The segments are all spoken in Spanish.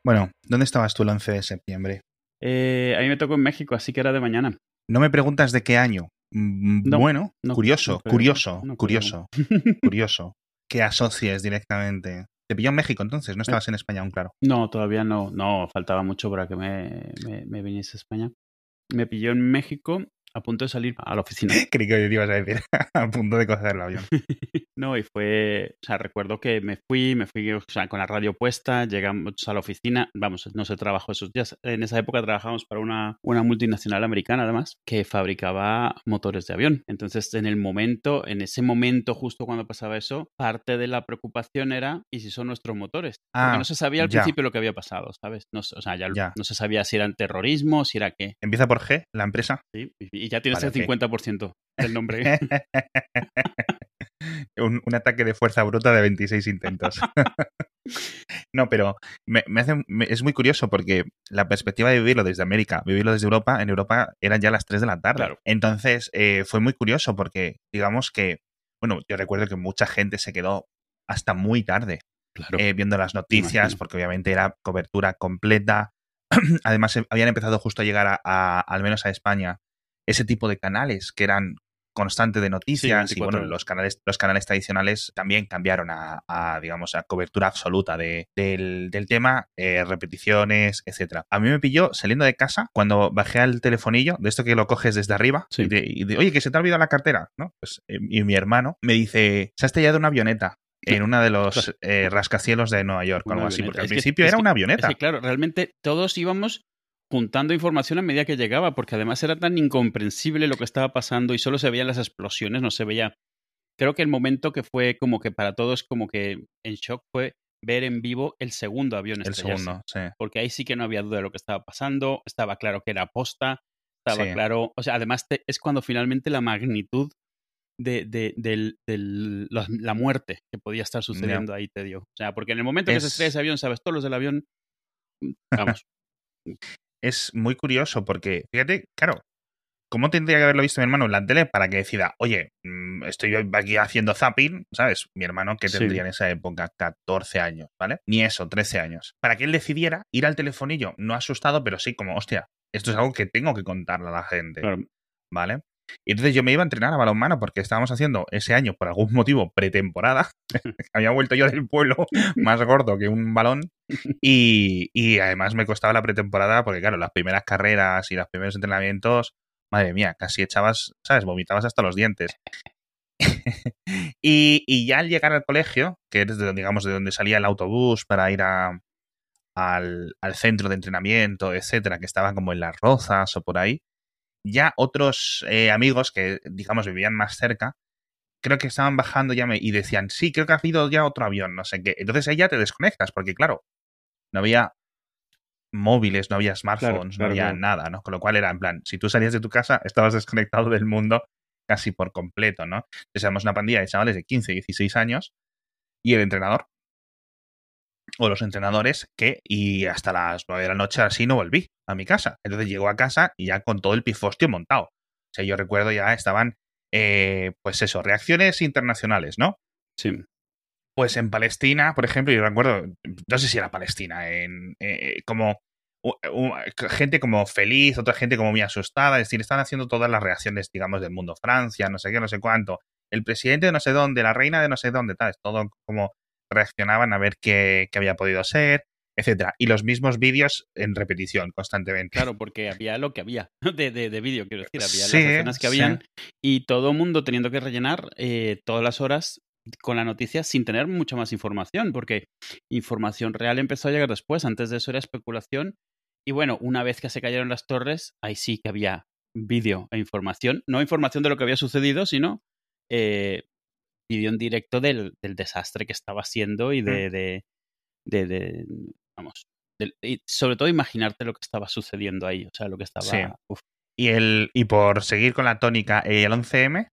Bueno, ¿dónde estabas tú el 11 de septiembre? A mí me tocó en México, así que era de mañana. No me preguntas de qué año. No, Bueno, no, no curioso, creo, curioso, no creo. curioso, curioso. Que asocies directamente. Te pilló en México entonces, no Eh, estabas en España aún, claro. No, todavía no, no, faltaba mucho para que me viniese a España. Me pilló en México a punto de salir a la oficina. Creí que te ibas a decir, a punto de coger el avión. No, y fue, o sea, recuerdo que me fui, o sea, con la radio puesta, llegamos a la oficina, vamos, no se trabajó esos días. En esa época trabajamos para una multinacional americana, además, que fabricaba motores de avión. Entonces, en ese momento, justo cuando pasaba eso, parte de la preocupación era, ¿y si son nuestros motores? Porque no Ah, se sabía al ya, principio lo que había pasado, ¿sabes? No, o sea, ya ya. no se sabía si eran terrorismo, si era qué. ¿Empieza por G, la empresa? ¿Sí? Y ya tienes Vale, el ok. 50% del nombre. Un ataque de fuerza bruta de 26 intentos. No, pero es muy curioso porque la perspectiva de vivirlo desde América, vivirlo desde Europa, en Europa eran ya las 3 de la tarde. Claro, Entonces, fue muy curioso porque, digamos que, bueno, yo recuerdo que mucha gente se quedó hasta muy tarde claro, viendo las me noticias imagino. porque obviamente era cobertura completa. Además, habían empezado justo a llegar al menos a España ese tipo de canales que eran constante de Sí, noticias y bueno, 24 horas. los canales tradicionales también cambiaron digamos, a cobertura absoluta del tema, repeticiones, etcétera. A mí me pilló saliendo de casa cuando bajé al telefonillo, de esto que lo coges desde arriba, Sí. oye, que se te ha olvidado la cartera, ¿no? Pues, y mi hermano me dice, se ha estrellado una avioneta en uno de Ostras, los rascacielos de Nueva York o una algo así, avioneta. porque al principio era una Es que, avioneta. claro, realmente todos íbamos juntando información a medida que llegaba, porque además era tan incomprensible lo que estaba pasando y solo se veían las explosiones, no se veía. Creo que el momento que fue como que para todos como que en shock fue ver en vivo el segundo avión El estrellarse, segundo, sí. porque ahí sí que no había duda de lo que estaba pasando, estaba claro que era posta, estaba Sí. claro, o sea, además es cuando finalmente la magnitud la muerte que podía estar No. sucediendo ahí te dio. O sea, porque en el momento que se estrella Es, ese avión, sabes, todos los del avión, vamos, es muy curioso porque, fíjate, claro, ¿cómo tendría que haberlo visto mi hermano en la tele para que decida, oye, estoy aquí haciendo zapping, ¿sabes? Mi hermano que sí, tendría en esa época 14 años, ¿vale? Ni eso, 13 años. Para que él decidiera ir al telefonillo, no asustado, pero sí como, hostia, esto es algo que tengo que contarle a la gente, claro. ¿vale? Y entonces yo me iba a entrenar a balonmano porque estábamos haciendo ese año, por algún motivo, pretemporada. Había vuelto yo del pueblo más gordo que un balón. Y además me costaba la pretemporada porque, claro, las primeras carreras y los primeros entrenamientos, madre mía, casi echabas, ¿sabes? Vomitabas hasta los dientes. Y ya al llegar al colegio, que es digamos, de donde salía el autobús para ir al centro de entrenamiento, etcétera, que estaba como en Las Rozas o por ahí, ya otros amigos que, digamos, vivían más cerca, creo que estaban bajando y decían, sí, creo que ha habido ya otro avión, no sé qué. Entonces ahí ya te desconectas, porque claro, no había móviles, no había Claro, smartphones, no claro, había claro. nada, ¿no? Con lo cual era en plan, si tú salías de tu casa, estabas desconectado del mundo casi por completo, ¿no? Entonces éramos una pandilla de chavales de 15, 16 años y el entrenador o los entrenadores y hasta las 9 de la noche así no volví a mi casa. Entonces llegó a casa y ya con todo el pifostio montado. O sea, yo recuerdo ya estaban, pues eso, reacciones internacionales, ¿no? Sí. Pues en Palestina, por ejemplo, yo recuerdo, no sé si era Palestina, como gente como feliz, otra gente como muy asustada, es decir, están haciendo todas las reacciones, digamos, del mundo, Francia, no sé qué, no sé cuánto, el presidente de no sé dónde, la reina de no sé dónde, tal, todo como reaccionaban a ver qué había podido ser, etcétera. Y los mismos vídeos en repetición constantemente. Claro, porque había lo que había de vídeo, quiero decir, había las Sí, escenas que sí. habían y todo el mundo teniendo que rellenar todas las horas con la noticia sin tener mucha más información, porque información real empezó a llegar después, antes de eso era especulación. Y bueno, una vez que se cayeron las torres, ahí sí que había vídeo e información, no información de lo que había sucedido, sino eh, vídeo en directo del desastre que estaba haciendo y Mm, de vamos, y sobre todo imaginarte lo que estaba sucediendo ahí, o sea, lo que sí. estaba... uf. Y por seguir con la tónica, el 11M.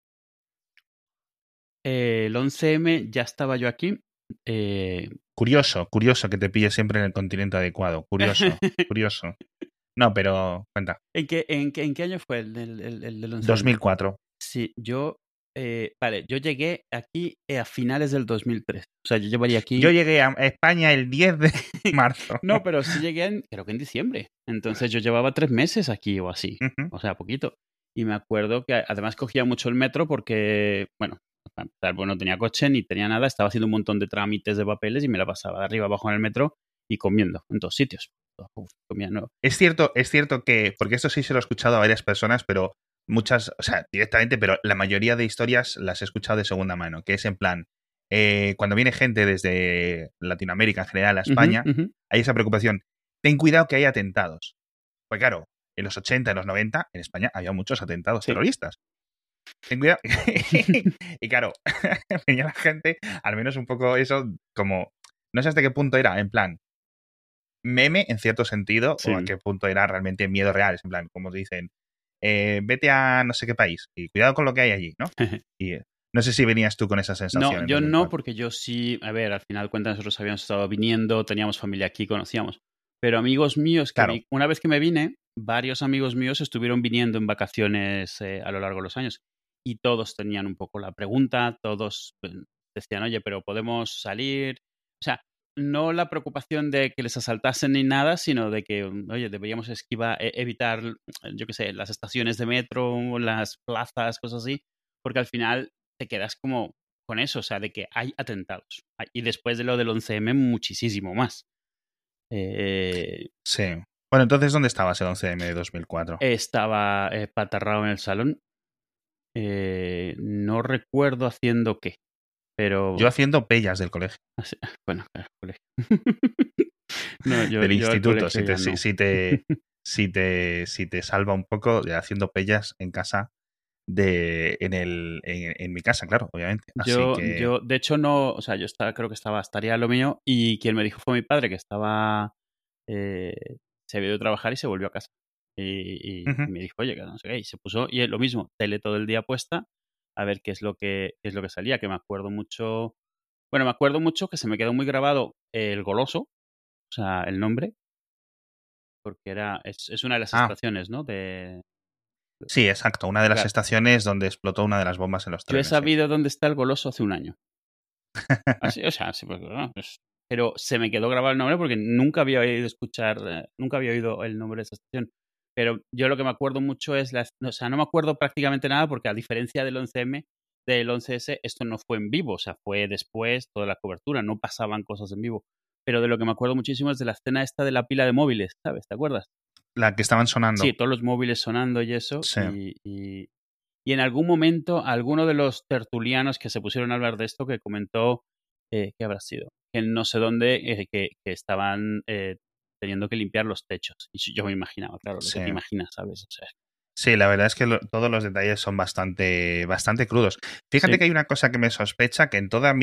El 11M ya estaba yo aquí. eh, Curioso, curioso que te pille siempre en el continente adecuado. Curioso, curioso. No, pero cuenta. ¿En qué año fue el del 11M? 2004. Sí, yo Vale, yo llegué aquí a finales del 2003. O sea, yo llevaría aquí... Yo llegué a España el 10 de marzo. No, pero sí llegué creo que en diciembre. Entonces yo llevaba 3 meses aquí o así. Ujú. O sea, poquito. Y me acuerdo que además cogía mucho el metro porque, bueno, para empezar, pues no tenía coche ni tenía nada. Estaba haciendo un montón de trámites de papeles y me la pasaba de arriba abajo en el metro y comiendo en todos sitios. Uf, comía, no. Es cierto que, porque esto sí se lo he escuchado a varias personas, pero muchas, o sea, directamente, pero la mayoría de historias las he escuchado de segunda mano, que es en plan, cuando viene gente desde Latinoamérica en general a España, hay esa preocupación. Ten cuidado que hay atentados. Pues claro, en los 80, en los 90, en España había muchos atentados terroristas. Ten cuidado. Y claro, venía la gente, al menos un poco eso, como, no sé hasta qué punto era, en plan, meme en cierto sentido, o a qué punto era realmente miedo real. Es en plan, como dicen, vete a no sé qué país y cuidado con lo que hay allí, ¿no? Y no sé si venías tú con esa sensación. No, yo no, porque yo sí, a ver, al final cuenta, nosotros habíamos estado viniendo, teníamos familia aquí, conocíamos. Pero amigos míos, que una vez que me vine, varios amigos míos estuvieron viniendo en vacaciones a lo largo de los años y todos tenían un poco la pregunta, todos decían, oye, pero podemos salir. O sea, no la preocupación de que les asaltasen ni nada, sino de que, oye, deberíamos evitar, yo qué sé, las estaciones de metro, las plazas, cosas así, porque al final te quedas como con eso, o sea, de que hay atentados. Y después de lo del 11M, muchísimo más. Sí. Bueno, entonces, ¿dónde estabas el 11M de 2004? Estaba patarrado en el salón. No recuerdo haciendo qué, pero... Yo haciendo pellas del colegio. Bueno, claro, colegio. No, del yo al instituto, colegio ya no. si te salva un poco de haciendo pellas en casa en mi casa, claro, obviamente. Así que... Yo, de hecho, no, o sea, creo que estaría lo mío, y quien me dijo fue mi padre, que estaba, se había ido a trabajar y se volvió a casa. Y me dijo, oye, que no sé qué, y se puso, y es lo mismo, tele todo el día puesta, a ver qué es lo que salía, que me acuerdo mucho, bueno, me acuerdo mucho que se me quedó muy grabado el Goloso, o sea, el nombre, porque es una de las estaciones, ¿no? Sí, exacto, una de las estaciones donde explotó una de las bombas en los Yo he trenes. sabido dónde está el Goloso hace un año. Así, o sea, sí, pero se me quedó grabado el nombre porque nunca había oído nunca había oído el nombre de esa estación. Pero yo lo que me acuerdo mucho es, o sea, no me acuerdo prácticamente nada porque a diferencia del 11M, del 11S, esto no fue en vivo, o sea, fue después toda la cobertura, no pasaban cosas en vivo. Pero de lo que me acuerdo muchísimo es de la escena esta de la pila de móviles, ¿sabes? ¿Te acuerdas? La que estaban sonando. Sí, todos los móviles sonando y eso. Sí. Y en algún momento, alguno de los tertulianos que se pusieron a hablar de esto que comentó, ¿qué habrá sido? Que no sé dónde, que estaban teniendo que limpiar los techos. Y yo me imaginaba, claro, lo que te imaginas, ¿sabes? O sea, sí, la verdad es que todos los detalles son bastante crudos. Fíjate que hay una cosa que me sospecha, que en todas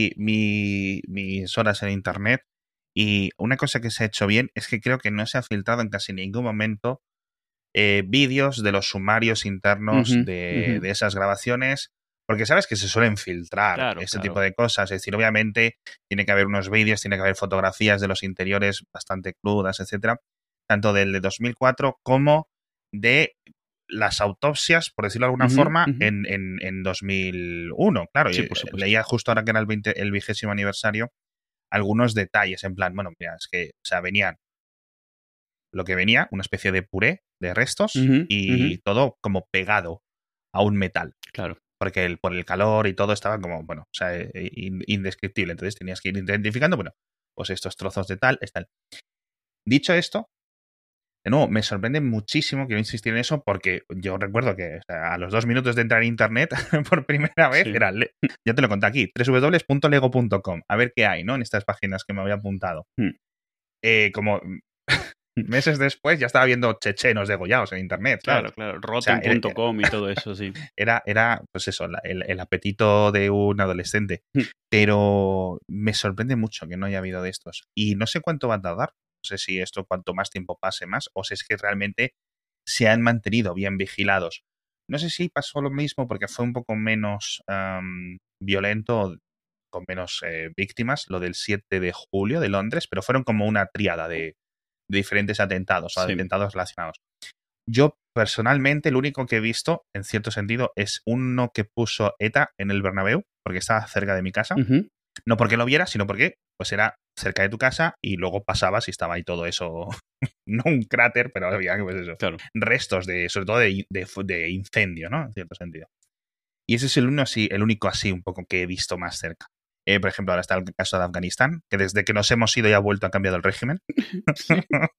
mis horas en internet, y una cosa que se ha hecho bien es que creo que no se ha filtrado en casi ningún momento vídeos de los sumarios internos de esas grabaciones, porque sabes que se suelen filtrar ese tipo de cosas. Es decir, obviamente tiene que haber unos vídeos, tiene que haber fotografías de los interiores bastante crudas, etcétera, tanto del de 2004 como de las autopsias, por decirlo de alguna forma, en 2001. Claro, sí, leía justo ahora que era el 20º aniversario algunos detalles, en plan, bueno, mira, es que, o sea, venían lo que venía, una especie de puré de restos y todo como pegado a un metal. Claro. Porque por el calor y todo estaba como, bueno, o sea, indescriptible. Entonces tenías que ir identificando, bueno, pues estos trozos de tal, es tal. Dicho esto, de nuevo, me sorprende muchísimo, quiero insistir en eso, porque yo recuerdo que, o sea, a los 2 minutos de entrar en internet por primera vez, era, ya te lo conté aquí, www.lego.com, a ver qué hay, ¿no? En estas páginas que me había apuntado. Como meses después ya estaba viendo chechenos degollados en internet. Claro, rotten.com y todo eso, sí. Era pues eso, el apetito de un adolescente. Pero me sorprende mucho que no haya habido de estos. Y no sé cuánto va a tardar. No sé si esto cuanto más tiempo pase más, o si es que realmente se han mantenido bien vigilados. No sé si pasó lo mismo porque fue un poco menos violento, con menos víctimas, lo del 7 de julio de Londres, pero fueron como una tríada de diferentes atentados o atentados relacionados. Yo, personalmente, el único que he visto, en cierto sentido, es uno que puso ETA en el Bernabéu, porque estaba cerca de mi casa. Ujú. No porque lo viera, sino porque pues era cerca de tu casa y luego pasabas y estaba ahí todo eso. No un cráter, pero había pues eso, Claro. restos de, sobre todo de incendio, ¿no? En cierto sentido. Y ese es el único así un poco que he visto más cerca. Por ejemplo, ahora está el caso de Afganistán, que desde que nos hemos ido y ha vuelto ha cambiado el régimen. Sí.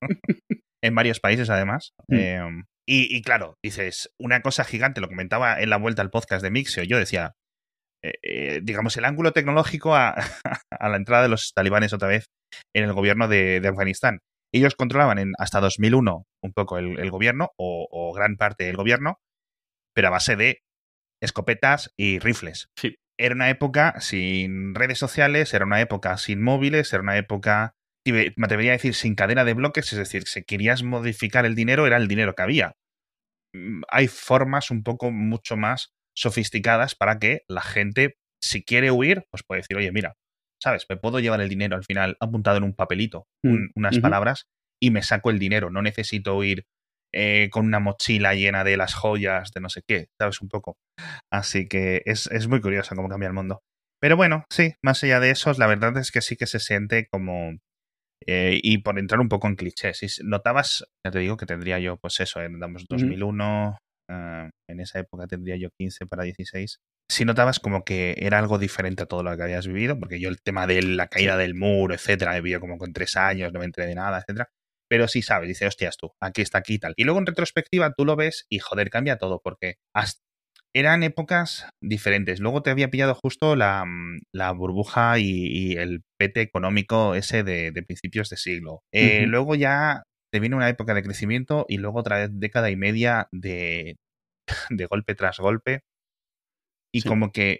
En varios países, además. Mm. Y claro, dices, una cosa gigante, lo comentaba en la vuelta al podcast de Mixio, yo decía, digamos, el ángulo tecnológico a la entrada de los talibanes otra vez en el gobierno de Afganistán. Ellos controlaban hasta 2001 un poco el gobierno o gran parte del gobierno, pero a base de escopetas y rifles. Sí. Era una época sin redes sociales, era una época sin móviles, era una época, me atrevería a decir, sin cadena de bloques, es decir, si querías modificar el dinero, era el dinero que había. Hay formas un poco mucho más sofisticadas para que la gente, si quiere huir, pues puede decir, oye, mira, ¿sabes? Me puedo llevar el dinero al final apuntado en un papelito, unas palabras, y me saco el dinero. No necesito ir con una mochila llena de las joyas, de no sé qué, ¿sabes? Un poco. Así que es muy curioso cómo cambia el mundo. Pero bueno, sí, más allá de eso, la verdad es que sí que se siente como... y por entrar un poco en clichés, si notabas, ya te digo que tendría yo, pues eso, en 2001, en esa época tendría yo 15 para 16. Si notabas como que era algo diferente a todo lo que habías vivido, porque yo el tema de la caída del muro, etcétera, he vivido como con 3 años, no me enteré de nada, etcétera. Pero sí sabes, dices, hostias tú, aquí está, aquí y tal. Y luego en retrospectiva tú lo ves y joder, cambia todo, porque eran épocas diferentes. Luego te había pillado justo la burbuja y el pete económico ese de principios de siglo. Luego ya te viene una época de crecimiento y luego otra década y media de golpe tras golpe. Y como que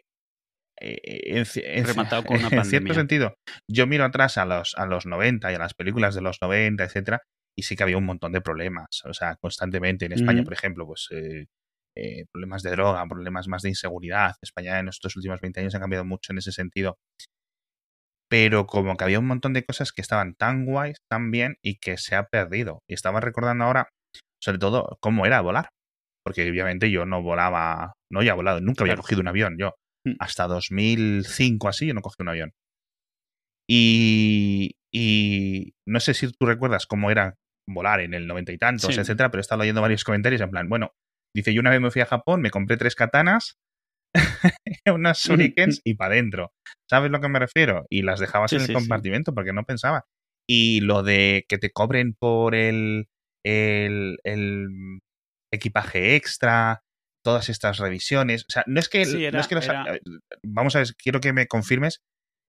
rematado con una en cierto pandemia. sentido, yo miro atrás a los 90 y a las películas de los 90, etcétera, y sí que había un montón de problemas. O sea, constantemente en España, por ejemplo, pues problemas de droga, problemas más de inseguridad. España en estos últimos 20 años ha cambiado mucho en ese sentido. Pero como que había un montón de cosas que estaban tan guays, tan bien, y que se ha perdido. Y estaba recordando ahora, sobre todo, cómo era volar. Porque obviamente yo no volaba, no había volado, nunca había cogido un avión. Yo, hasta 2005 así, yo no cogí un avión. Y no sé si tú recuerdas cómo era volar en el 90 y tantos, etcétera, pero he estado leyendo varios comentarios en plan, bueno, dice, yo una vez me fui a Japón, me compré 3 katanas, unas shurikens y para adentro. ¿Sabes lo que me refiero? Y las dejabas en el compartimento porque no pensaba. Y lo de que te cobren por el equipaje extra, todas estas revisiones. O sea, no es que, vamos a ver, quiero que me confirmes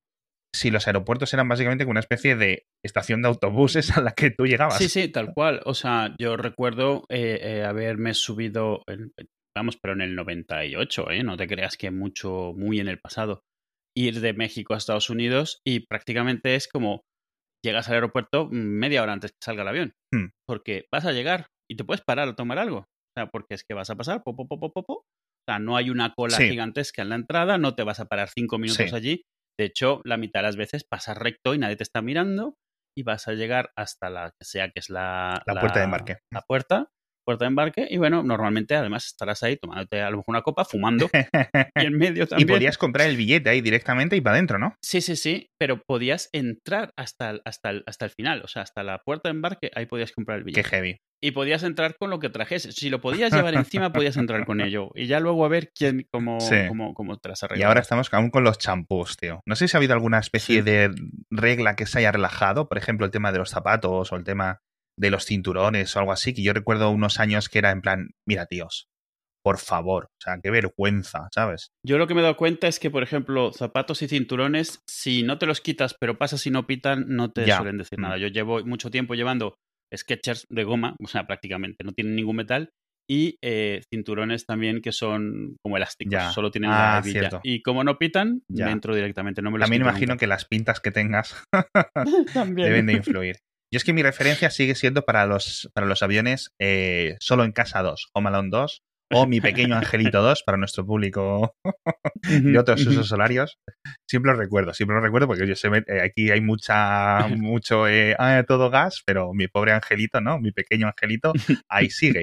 si los aeropuertos eran básicamente como una especie de estación de autobuses a la que tú llegabas. Sí, tal cual. O sea, yo recuerdo haberme subido, vamos, pero en el 98, ¿eh? No te creas que muy en el pasado, ir de México a Estados Unidos y prácticamente es como llegas al aeropuerto media hora antes que salga el avión. Porque vas a llegar y te puedes parar a tomar algo. O sea, porque es que vas a pasar, O sea, no hay una cola gigantesca en la entrada, no te vas a parar 5 minutos allí. De hecho, la mitad de las veces pasas recto y nadie te está mirando y vas a llegar hasta la que sea que es la puerta de embarque. La puerta de embarque. Y bueno, normalmente además estarás ahí tomándote a lo mejor una copa, fumando. Y en medio también. Y podías comprar el billete ahí directamente y para adentro, ¿no? Sí, pero podías entrar hasta el final. O sea, hasta la puerta de embarque, ahí podías comprar el billete. Qué heavy. Y podías entrar con lo que trajeses. Si lo podías llevar encima, podías entrar con ello. Y ya luego a ver cómo te las arreglas. Y ahora estamos aún con los champús, tío. No sé si ha habido alguna especie de regla que se haya relajado. Por ejemplo, el tema de los zapatos o el tema de los cinturones o algo así. Que yo recuerdo unos años que era en plan, mira, tíos, por favor. O sea, qué vergüenza, ¿sabes? Yo lo que me he dado cuenta es que, por ejemplo, zapatos y cinturones, si no te los quitas pero pasas y no pitan, no te suelen decir nada. Yo llevo mucho tiempo llevando Skechers de goma, o sea, prácticamente no tienen ningún metal, y cinturones también que son como elásticos, solo tienen la hebilla. Cierto. Y como no pitan, me entro directamente, no me los También quito imagino nunca. que las pintas que tengas deben de influir. Yo es que mi referencia sigue siendo para los aviones Solo en Casa 2, Home Alone 2, o Mi Pequeño Angelito 2 para nuestro público de otros usos horarios. Siempre lo recuerdo porque yo sé, aquí hay mucho todo gas, pero mi pobre angelito, ¿no? Mi pequeño angelito, ahí sigue.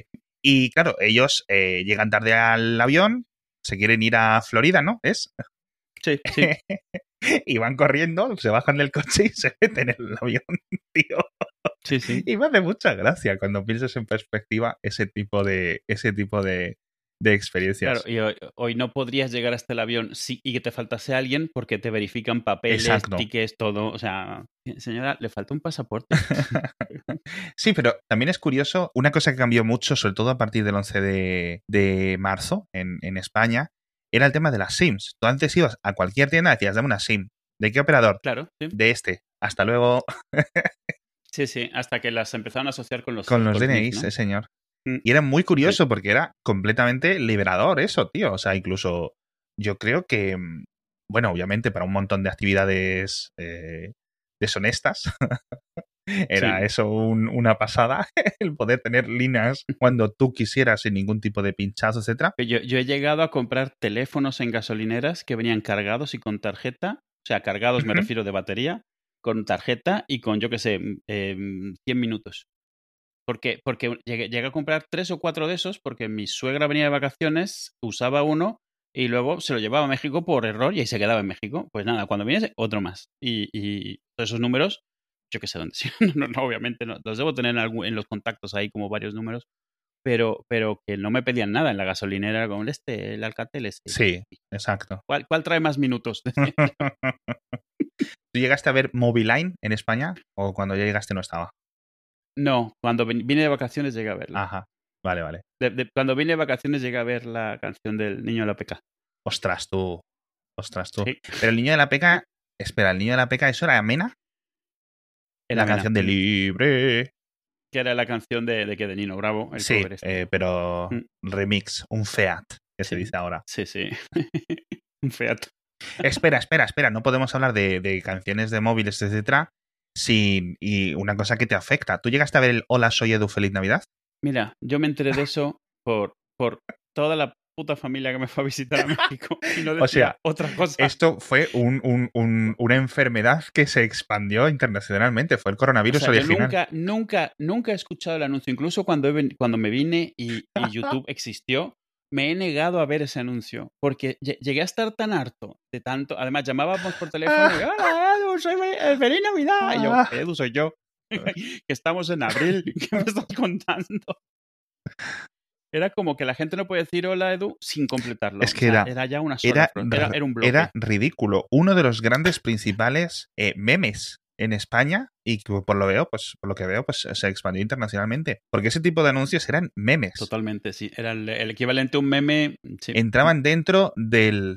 Y claro, ellos llegan tarde al avión, se quieren ir a Florida, ¿no? ¿Es? Sí, sí. Y van corriendo, se bajan del coche y se meten en el avión, tío. Sí, sí. Y me hace mucha gracia cuando piensas en perspectiva ese tipo de experiencias. Claro, y hoy no podrías llegar hasta el avión y que te faltase alguien porque te verifican papeles, Exacto. tickets, todo. O sea, señora, le falta un pasaporte. Sí, pero también es curioso, una cosa que cambió mucho, sobre todo a partir del 11 de marzo en España, era el tema de las SIMs. Tú antes ibas a cualquier tienda y decías, dame una SIM. ¿De qué operador? Claro, sí. De este. Hasta luego. Sí, sí, hasta que las empezaron a asociar con los DNIs, NIF, ¿no? señor. Mm. Y era muy curioso porque era completamente liberador eso, tío. O sea, incluso yo creo que, bueno, obviamente para un montón de actividades deshonestas, era eso una pasada, el poder tener líneas cuando tú quisieras sin ningún tipo de pinchazo, etcétera. Yo he llegado a comprar teléfonos en gasolineras que venían cargados y con tarjeta, o sea, cargados me refiero de batería, con tarjeta y con, yo qué sé, 100 minutos. Porque llegué a comprar 3 o 4 de esos porque mi suegra venía de vacaciones, usaba uno y luego se lo llevaba a México por error y ahí se quedaba en México. Pues nada, cuando viniese, otro más. Y todos esos números, yo qué sé dónde. No, obviamente no. Los debo tener en los contactos ahí como varios números, pero que no me pedían nada en la gasolinera con el Alcatel ese. Sí, exacto. ¿Cuál trae más minutos? ¿Tú llegaste a ver Moviline en España o cuando ya llegaste no estaba? No, cuando vine de vacaciones llegué a verla. Ajá, vale. Cuando vine de vacaciones llegué a ver la canción del Niño de la Peca. Ostras, tú. Sí. Pero el niño de la Peca, espera, el niño de la Peca, ¿eso era Mena? La canción de Libre. Que era la canción de Nino Bravo, el Sí, cover pero remix, un Feat, que se dice ahora. Sí. Un Feat. Espera, no podemos hablar de canciones de móviles, etcétera, y una cosa que te afecta. ¿Tú llegaste a ver el Hola, soy Edu, feliz Navidad? Mira, yo me enteré de eso por toda la puta familia que me fue a visitar a México y no decía o sea, otra cosa. Esto fue una enfermedad que se expandió internacionalmente. Fue el coronavirus original. Yo nunca he escuchado el anuncio. Incluso cuando me vine y YouTube existió, me he negado a ver ese anuncio. Porque llegué a estar tan harto de tanto. Además, llamábamos por teléfono y hola, Edu, soy Feliz Navidad. Y yo, Edu, soy yo. Que estamos en abril. ¿Qué me estás contando? Era como que la gente no puede decir hola, Edu, sin completarlo. Es que era ya una sola era un bloque. Era ridículo. Uno de los grandes principales memes en España, y que por lo que veo, pues se expandió internacionalmente. Porque ese tipo de anuncios eran memes. Totalmente, sí. Era el equivalente a un meme. Sí. Entraban dentro de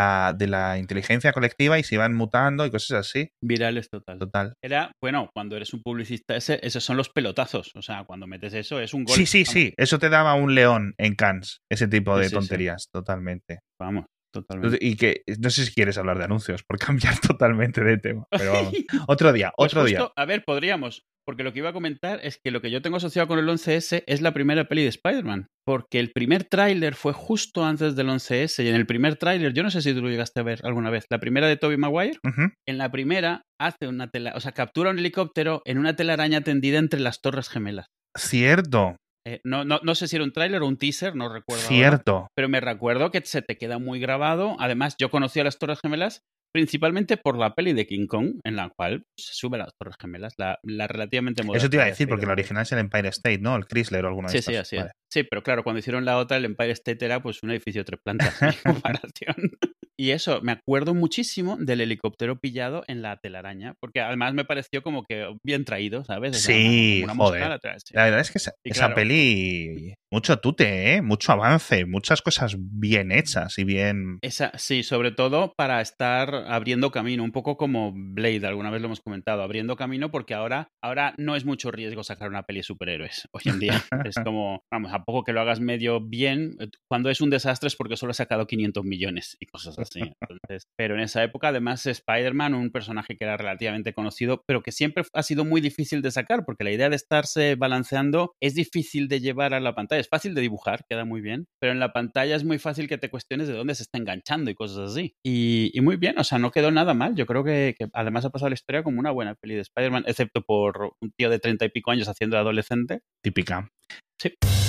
la inteligencia colectiva y se iban mutando y cosas así. Virales total. Total. Era, bueno, cuando eres un publicista, esos son los pelotazos. O sea, cuando metes eso es un gol. Sí. Eso te daba un león en Cannes. Ese tipo de tonterías, sí. Totalmente. Vamos. Totalmente. Y que no sé si quieres hablar de anuncios por cambiar totalmente de tema, pero vamos. Otro día. A ver, podríamos, porque lo que iba a comentar es que lo que yo tengo asociado con el 11S es la primera peli de Spider-Man, porque el primer tráiler fue justo antes del 11S y en el primer tráiler, yo no sé si tú lo llegaste a ver alguna vez, la primera de Tobey Maguire, en la primera hace captura un helicóptero en una telaraña tendida entre las Torres Gemelas. Cierto. No sé si era un tráiler o un teaser, no recuerdo. Cierto. Ahora, pero me recuerdo que se te queda muy grabado. Además, yo conocí a las Torres Gemelas principalmente por la peli de King Kong, en la cual se sube a las Torres Gemelas, la relativamente moderna. Eso te iba a decir, porque la original es el Empire State, ¿no? El Chrysler o alguno de estos. Sí, así es. Sí, pero claro, cuando hicieron la otra, el Empire State era pues un edificio de 3 plantas en comparación. Y eso, me acuerdo muchísimo del helicóptero pillado en la telaraña, porque además me pareció como que bien traído, ¿sabes? Sí, una joder. atrás, sí. La verdad es que esa peli, mucho tute, mucho avance, muchas cosas bien hechas y bien... Sí, sobre todo para estar abriendo camino, un poco como Blade, alguna vez lo hemos comentado, abriendo camino porque ahora no es mucho riesgo sacar una peli de superhéroes hoy en día. Es como, vamos, a poco que lo hagas medio bien, cuando es un desastre es porque solo ha sacado 500 millones y cosas así. Entonces, pero en esa época, además, Spider-Man, un personaje que era relativamente conocido, pero que siempre ha sido muy difícil de sacar, porque la idea de estarse balanceando es difícil de llevar a la pantalla. Es fácil de dibujar, queda muy bien, pero en la pantalla es muy fácil que te cuestiones de dónde se está enganchando y cosas así. Y muy bien, o sea, no quedó nada mal. Yo creo que además ha pasado la historia como una buena peli de Spider-Man, excepto por un tío de 30 y pico años haciendo de adolescente. Típica. Sí.